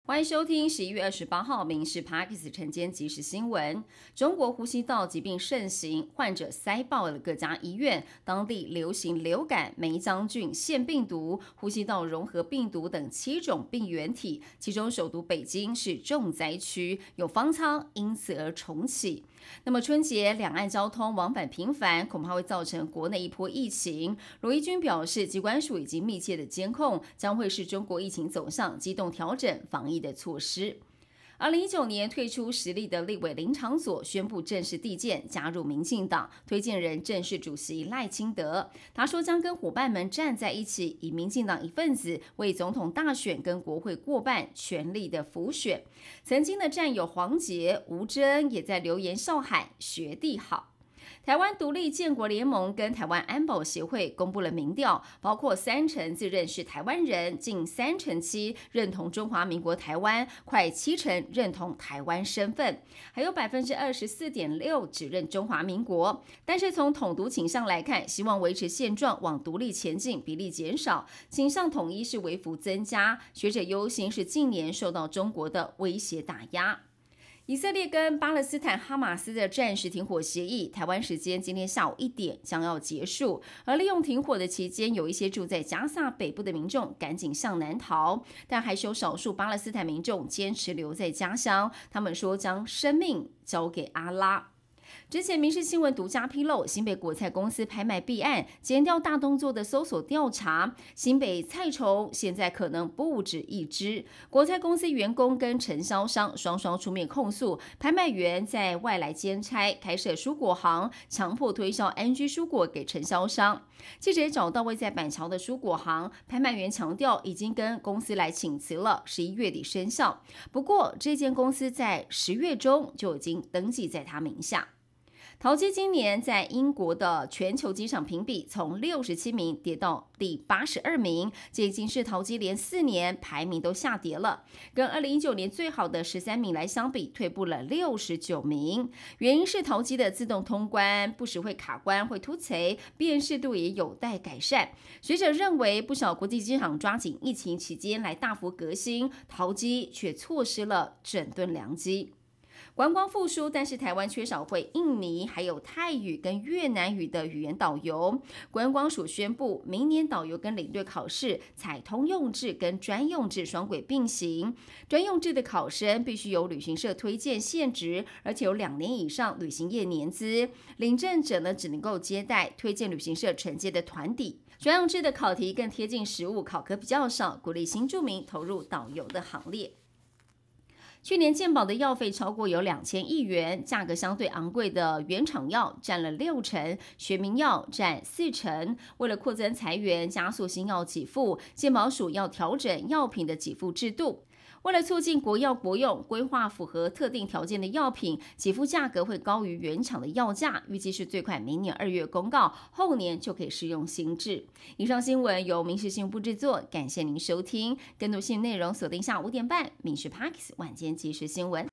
欢迎收听11月28号民事 Parkes 晨间即时新闻。中国呼吸道疾病盛行，患者塞爆了各家医院，当地流行流感、梅将军腺病毒、呼吸道融合病毒等7种病原体，其中首都北京是重灾区，有方舱因此而重启。那么春节两岸交通往返频繁，恐怕会造成国内一波疫情。罗一军表示，疾管署已经密切的监控，将会视中国疫情走向，机动调整防疫的措施。2019年退出时力的立委林昶佐宣布正式递件加入民进党，推荐人正是主席赖清德。他说将跟伙伴们站在一起，以民进党一份子为总统大选跟国会过半全力的辅选。曾经的战友黄捷、吴峥也在留言笑喊学弟好。台湾独立建国联盟跟台湾安保协会公布了民调，包括30%自认是台湾人，近7%认同中华民国台湾，快7%认同台湾身份，还有24.6%只认中华民国。但是从统独倾向来看，希望维持现状，往独立前进比例减少，倾向统一是微幅增加。学者忧心是近年受到中国的威胁打压。以色列跟巴勒斯坦哈马斯的暂时停火协议，台湾时间今天下午1点将要结束。而利用停火的期间，有一些住在加萨北部的民众赶紧向南逃，但还是有少数巴勒斯坦民众坚持留在家乡。他们说将生命交给阿拉。之前民事新闻独家披露，新北果菜公司拍卖弊案，检调大动作的搜索调查，新北菜虫现在可能不止一只。果菜公司员工跟承销商双双出面控诉，拍卖员在外来兼差开设蔬果行，强迫推销 NG 蔬果给承销商。记者也找到位在板桥的蔬果行，拍卖员强调已经跟公司来请辞了，11月底生效。不过这间公司在10月中就已经登记在他名下。淘机今年在英国的全球机场评比从67名跌到第82名，这已经是淘机连4年排名都下跌了，跟2019年最好的13名来相比，退步了69名。原因是淘机的自动通关不时会卡关、会突袭，辨识度也有待改善。学者认为，不少国际机场抓紧疫情期间来大幅革新，淘机却错失了整顿良机。观光复苏，但是台湾缺少会印尼还有泰语跟越南语的语言导游。观光署宣布，明年导游跟领队考试采通用制跟专用制双轨并行。专用制的考生必须由旅行社推荐现职，而且有2年以上旅行业年资。领证者呢，只能够接待推荐旅行社承接的团体。专用制的考题更贴近实务，考科比较少，鼓励新住民投入导游的行列。去年健保的药费超过有2000亿元，价格相对昂贵的原厂药占了60%，学名药占40%。为了扩增财源，加速新药给付，健保署要调整药品的给付制度。为了促进国药国用，规划符合特定条件的药品，给付价格会高于原厂的药价，预计是最快明年2月公告，后年就可以适用新制。以上新闻由民事新闻部制作，感谢您收听。更多新闻内容锁定下午5点半，民事 Parkes 晚间即时新闻。